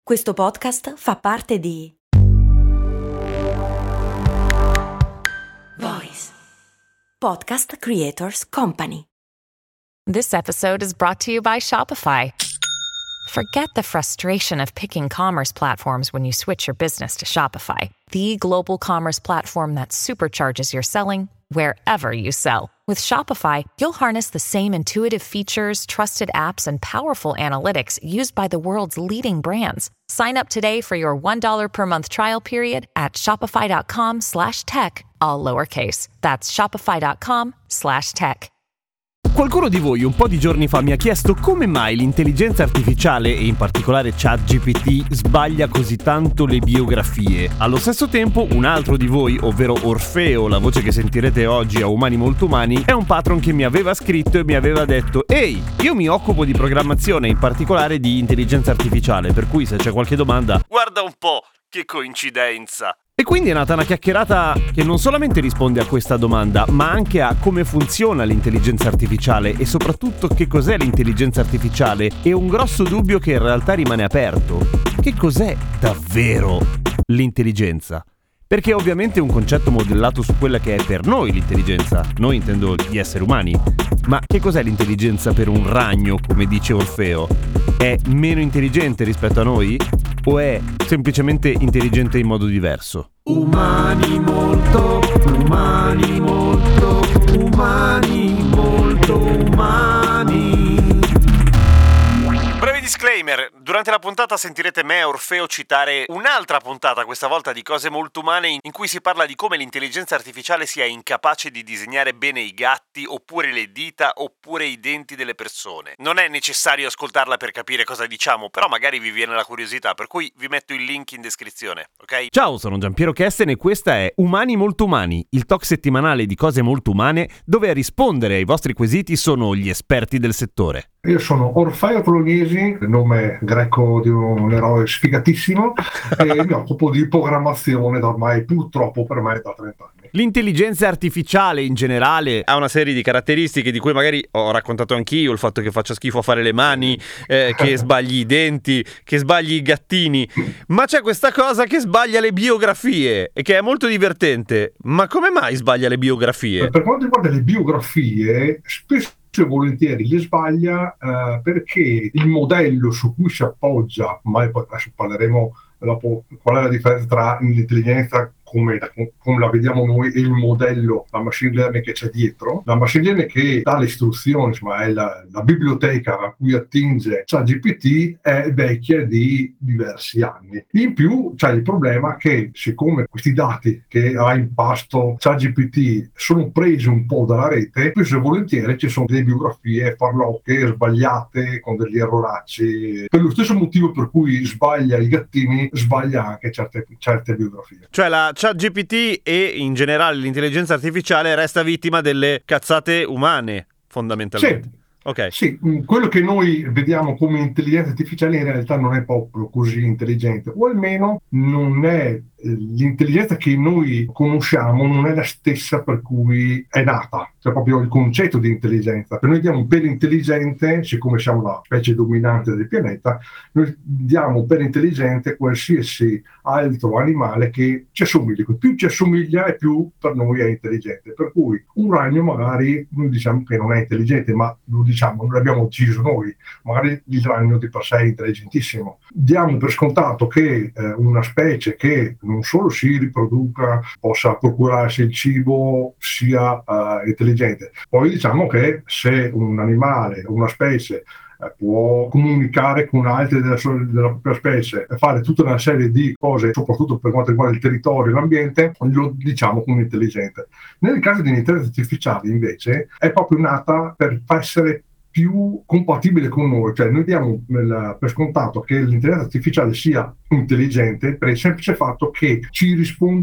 Questo podcast fa parte di Voice Podcast Creators Company. This episode is brought to you by Shopify. Forget the frustration of picking commerce platforms when you switch your business to Shopify, the global commerce platform that supercharges your selling wherever you sell. With Shopify, you'll harness the same intuitive features, trusted apps, and powerful analytics used by the world's leading brands. Sign up today for your $1 per month trial period at shopify.com/tech, all lowercase. That's shopify.com/tech. Qualcuno di voi un po' di giorni fa mi ha chiesto come mai l'intelligenza artificiale e in particolare ChatGPT sbaglia così tanto le biografie. Allo stesso tempo un altro di voi, ovvero Orfeo, la voce che sentirete oggi a Umani Molto Umani, è un patron che mi aveva scritto e mi aveva detto: ehi, io mi occupo di programmazione, in particolare di intelligenza artificiale, per cui se c'è qualche domanda, guarda un po', che coincidenza. E quindi è nata una chiacchierata che non solamente risponde a questa domanda, ma anche a come funziona l'intelligenza artificiale e soprattutto che cos'è l'intelligenza artificiale e un grosso dubbio che in realtà rimane aperto. Che cos'è davvero l'intelligenza? Perché ovviamente è un concetto modellato su quella che è per noi l'intelligenza, noi intendo gli esseri umani. Ma che cos'è l'intelligenza per un ragno, come dice Orfeo? È meno intelligente rispetto a noi? O è semplicemente intelligente in modo diverso? Umani molto, umani molto, umani molto umani. Breve disclaimer, durante la puntata sentirete me e Orfeo citare un'altra puntata, questa volta di Cose Molto Umane, in cui si parla di come l'intelligenza artificiale sia incapace di disegnare bene i gatti, oppure le dita, oppure i denti delle persone. Non è necessario ascoltarla per capire cosa diciamo, però magari vi viene la curiosità, per cui vi metto il link in descrizione, ok? Ciao, sono Giampiero Kesten e questa è Umani Molto Umani, il talk settimanale di Cose Molto Umane, dove a rispondere ai vostri quesiti sono gli esperti del settore. Io sono Orfeo Bolognesi, il nome greco di un eroe sfigatissimo, e mi occupo di programmazione da ormai, purtroppo per me, da 30 anni. L'intelligenza artificiale in generale ha una serie di caratteristiche di cui magari ho raccontato anch'io, il fatto che faccia schifo a fare le mani, che sbagli i denti, che sbagli i gattini, ma c'è questa cosa che sbaglia le biografie e che è molto divertente. Ma come mai sbaglia le biografie? Per quanto riguarda le biografie, spesso e volentieri le sbaglia perché il modello su cui si appoggia, ma poi adesso parleremo dopo qual è la differenza tra l'intelligenza come la vediamo noi e il modello, la machine learning che c'è dietro. La machine learning che dà le istruzioni, insomma è la biblioteca a cui attinge ChatGPT, è vecchia di diversi anni. In più c'è il problema che siccome questi dati che ha in pasto ChatGPT sono presi un po' dalla rete, spesso e volentieri ci sono delle biografie farlocche, sbagliate, con degli erroracci. Per lo stesso motivo per cui sbaglia i gattini, sbaglia anche certe biografie. Cioè la ChatGPT e in generale l'intelligenza artificiale resta vittima delle cazzate umane, fondamentalmente. Sì. Okay. Sì, quello che noi vediamo come intelligenza artificiale in realtà non è proprio così intelligente, o almeno non è l'intelligenza che noi conosciamo, non è la stessa per cui è nata, cioè proprio il concetto di intelligenza. Per noi diamo per intelligente, siccome siamo la specie dominante del pianeta, noi diamo per intelligente qualsiasi altro animale che ci assomiglia. Più ci assomiglia e più per noi è intelligente. Per cui un ragno magari noi diciamo che non è intelligente, ma lo diciamo, non l'abbiamo deciso noi. Magari il ragno di per sé è intelligentissimo. Diamo per scontato che una specie che non solo si riproduca, possa procurarsi il cibo, sia intelligente. Poi diciamo che se un animale, una specie, può comunicare con altri della propria specie e fare tutta una serie di cose, soprattutto per quanto riguarda il territorio e l'ambiente, lo diciamo come intelligente. Nel caso di intelligenza artificiale invece è proprio nata per essere più compatibile con noi, cioè noi diamo per scontato che l'intelligenza artificiale sia intelligente per il semplice fatto che ci risponde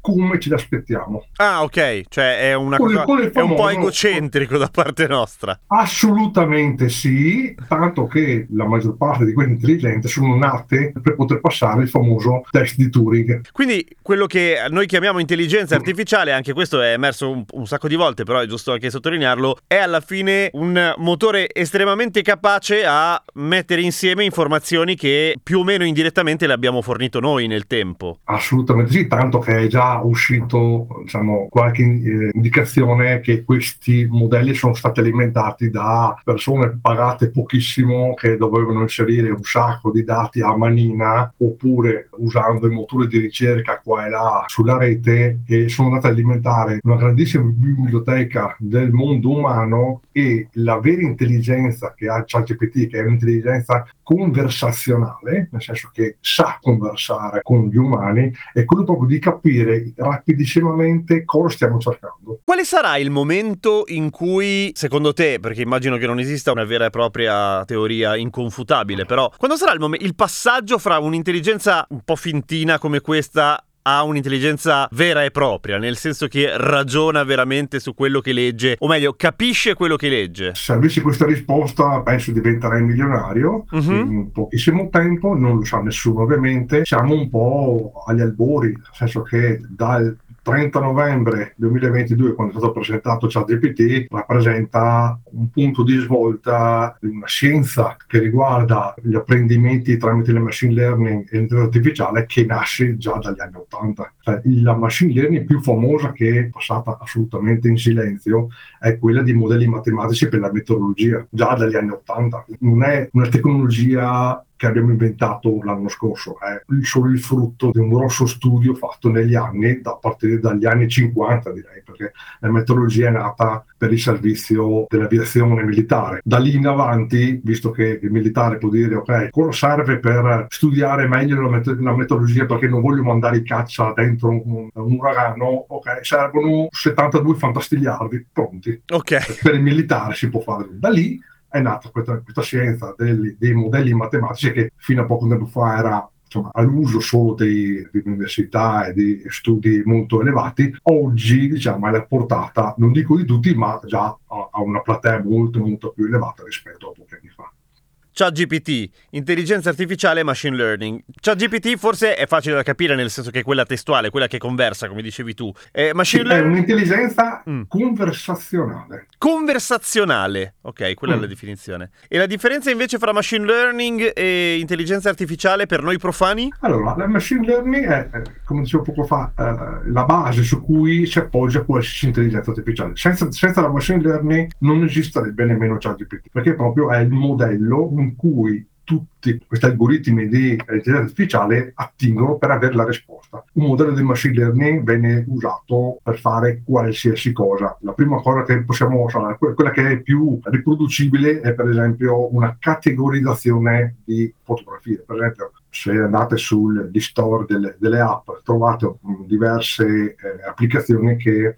come ce l'aspettiamo. Ah, ok, cioè è una cosa, è un po' egocentrico da parte nostra. Assolutamente sì, tanto che la maggior parte di quelle intelligenze sono nate per poter passare il famoso test di Turing. Quindi quello che noi chiamiamo intelligenza artificiale, anche questo è emerso un sacco di volte, però è giusto anche sottolinearlo, è alla fine un motore estremamente capace a mettere insieme informazioni che più o meno indirettamente le abbiamo fornito noi nel tempo. Assolutamente sì, tanto che è già uscito, diciamo, qualche indicazione che questi modelli sono stati alimentati da persone pagate pochissimo che dovevano inserire un sacco di dati a manina oppure usando i motori di ricerca qua e là sulla rete, e sono andati ad alimentare una grandissima biblioteca del mondo umano. E la vera intelligenza che ha ChatGPT, che è un'intelligenza conversazionale, nel senso che sa conversare con gli umani, è quello proprio di capire rapidissimamente cosa stiamo cercando. Quale sarà il momento in cui, secondo te, perché immagino che non esista una vera e propria teoria inconfutabile, però quando sarà il passaggio fra un'intelligenza un po' fintina come questa ha un'intelligenza vera e propria, nel senso che ragiona veramente su quello che legge, o meglio, capisce quello che legge? Se avessi questa risposta, penso diventerei milionario in pochissimo tempo, non lo sa nessuno ovviamente. Siamo un po' agli albori, nel senso che dal 30 novembre 2022, quando è stato presentato ChatGPT, rappresenta un punto di svolta di una scienza che riguarda gli apprendimenti tramite il machine learning e l'intelligenza artificiale, che nasce già dagli anni 80. Cioè, la machine learning più famosa, che è passata assolutamente in silenzio, è quella di modelli matematici per la meteorologia, già dagli anni 80. Non è una tecnologia che abbiamo inventato l'anno scorso, è solo il frutto di un grosso studio fatto negli anni, a partire dagli anni 50 direi, perché la meteorologia è nata per il servizio dell'aviazione militare. Da lì in avanti, visto che il militare può dire ok, cosa serve per studiare meglio la meteorologia perché non voglio mandare i caccia dentro un uragano, ok, servono 72 fantastigliardi pronti. Okay. Per il militare si può fare. Da lì è nata questa scienza dei modelli matematici, che fino a poco tempo fa era, insomma, all'uso solo di università e di studi molto elevati. Oggi, diciamo, è alla portata, non dico di tutti, ma già a una platea molto molto più elevata rispetto a pochi anni fa. ChatGPT, intelligenza artificiale e machine learning. ChatGPT forse è facile da capire, nel senso che è quella testuale, quella che conversa, come dicevi tu. Machine learning è un'intelligenza conversazionale. Conversazionale, ok, quella è la definizione. E la differenza invece fra machine learning e intelligenza artificiale per noi profani? Allora, la machine learning è, come dicevo poco fa, la base su cui si appoggia qualsiasi intelligenza artificiale. Senza la machine learning non esisterebbe nemmeno ChatGPT, perché proprio è il modello in cui tutti questi algoritmi di intelligenza artificiale attingono per avere la risposta. Un modello di machine learning viene usato per fare qualsiasi cosa. La prima cosa che possiamo usare, quella che è più riproducibile, è per esempio una categorizzazione di fotografie. Per esempio, se andate sugli store delle app, trovate diverse applicazioni che,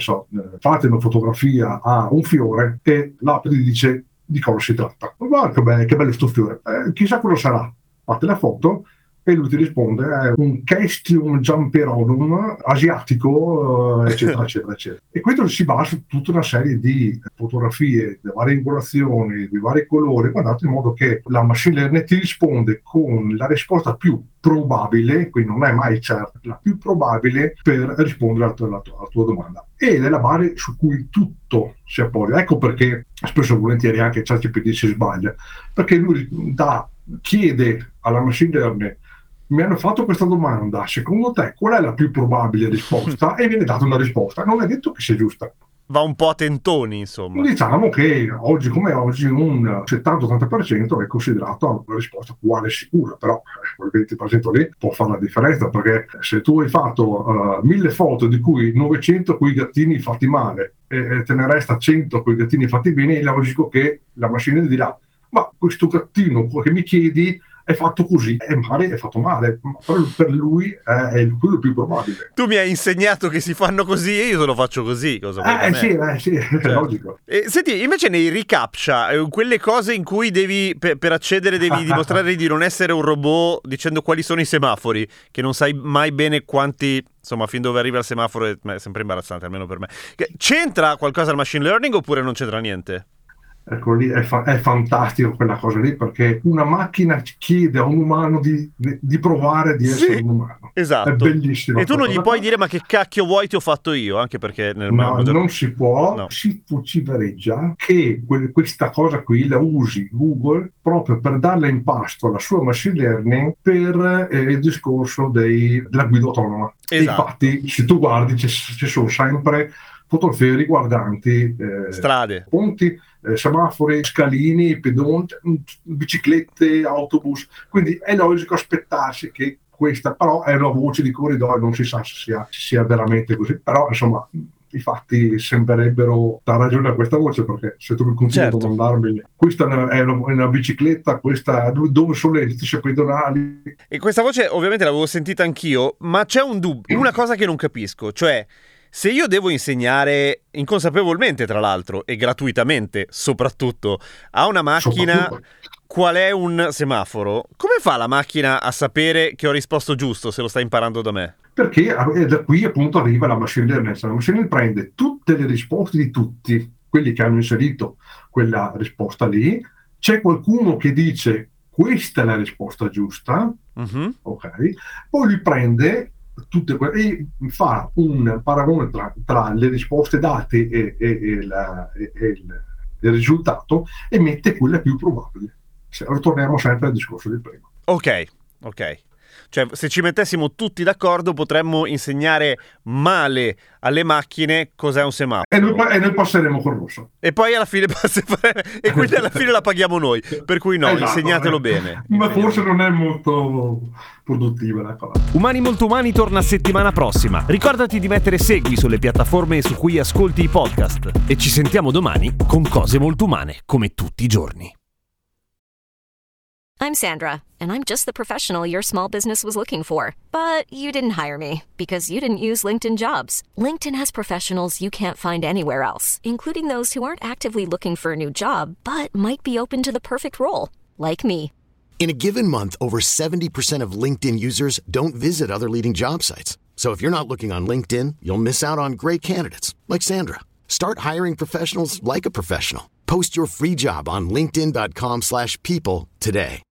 fate una fotografia a un fiore e l'app vi dice di cosa si tratta. Guarda che bello sto fiore, chissà cosa sarà. Fate la foto e lui ti risponde: è un Cestium Jumperonum asiatico, eccetera, eccetera, eccetera. E questo si basa su tutta una serie di fotografie, di varie angolazioni, di vari colori, guardate, in modo che la machine learning ti risponde con la risposta più probabile, quindi non è mai certa, la più probabile per rispondere alla tua domanda. Ed è la base su cui tutto si appoggia. Ecco perché spesso e volentieri anche ChatGPT si sbaglia, perché lui chiede alla machine learning: mi hanno fatto questa domanda, secondo te qual è la più probabile risposta? E viene data una risposta, non è detto che sia giusta. Va un po' a tentoni, insomma. Diciamo che oggi come oggi un 70-80% è considerato una risposta quale sicura, però quel 20% lì può fare la differenza, perché se tu hai fatto 1000 foto di cui 900 con i gattini fatti male e te ne resta 100 con i gattini fatti bene, è logico che la macchina dirà: ma questo gattino che mi chiedi è fatto così, e magari è fatto male, ma per lui è quello più probabile. Tu mi hai insegnato che si fanno così e io te lo faccio così. Sì, certo. È logico. Senti, invece nei ricaptcha, quelle cose in cui devi per accedere devi dimostrare di non essere un robot dicendo quali sono i semafori, che non sai mai bene quanti, insomma, fin dove arriva il semaforo è sempre imbarazzante, almeno per me. C'entra qualcosa il machine learning oppure non c'entra niente? Ecco, lì è fantastico quella cosa lì, perché una macchina chiede a un umano di provare di essere un umano. Esatto. È bellissimo. E tu non gli puoi dire ma che cacchio vuoi ti ho fatto io, anche perché non si può. No. Si vocifereggia che questa cosa qui la usi Google proprio per darle in pasto alla sua machine learning per il discorso della guida autonoma. Esatto. Infatti, se tu guardi, ci sono sempre fotografie riguardanti strade, ponti, semafori, scalini, pedonti, biciclette, autobus. Quindi è logico aspettarsi che questa, però è una voce di corridoio, non si sa se sia veramente così, però insomma i fatti sembrerebbero dar ragione a questa voce, perché se tu continui a domandarmi questa è una bicicletta, questa dove sono le strisce pedonali, e questa voce ovviamente l'avevo sentita anch'io, ma c'è un dubbio, una cosa che non capisco, cioè se io devo insegnare inconsapevolmente, tra l'altro, e gratuitamente soprattutto, a una macchina qual è un semaforo, come fa la macchina a sapere che ho risposto giusto se lo sta imparando da me? Perché da qui appunto arriva la machine learning. La machine learning prende tutte le risposte di tutti quelli che hanno inserito quella risposta lì, c'è qualcuno che dice questa è la risposta giusta, ok, poi li prende tutte e fa un paragone tra le risposte date e il risultato e mette quella più probabile. Ritorniamo sempre al discorso del prima. Ok. Cioè, se ci mettessimo tutti d'accordo potremmo insegnare male alle macchine cos'è un semaforo. E noi passeremo col rosso. E poi alla fine e quindi alla fine la paghiamo noi. Per cui no, esatto, insegnatelo bene. Ma forse non è molto produttiva la cosa. Umani Molto Umani torna settimana prossima. Ricordati di mettere segui sulle piattaforme su cui ascolti i podcast. E ci sentiamo domani con cose molto umane, come tutti i giorni. I'm Sandra, and I'm just the professional your small business was looking for. But you didn't hire me because you didn't use LinkedIn Jobs. LinkedIn has professionals you can't find anywhere else, including those who aren't actively looking for a new job, but might be open to the perfect role, like me. In a given month, over 70% of LinkedIn users don't visit other leading job sites. So if you're not looking on LinkedIn, you'll miss out on great candidates, like Sandra. Start hiring professionals like a professional. Post your free job on linkedin.com/people today.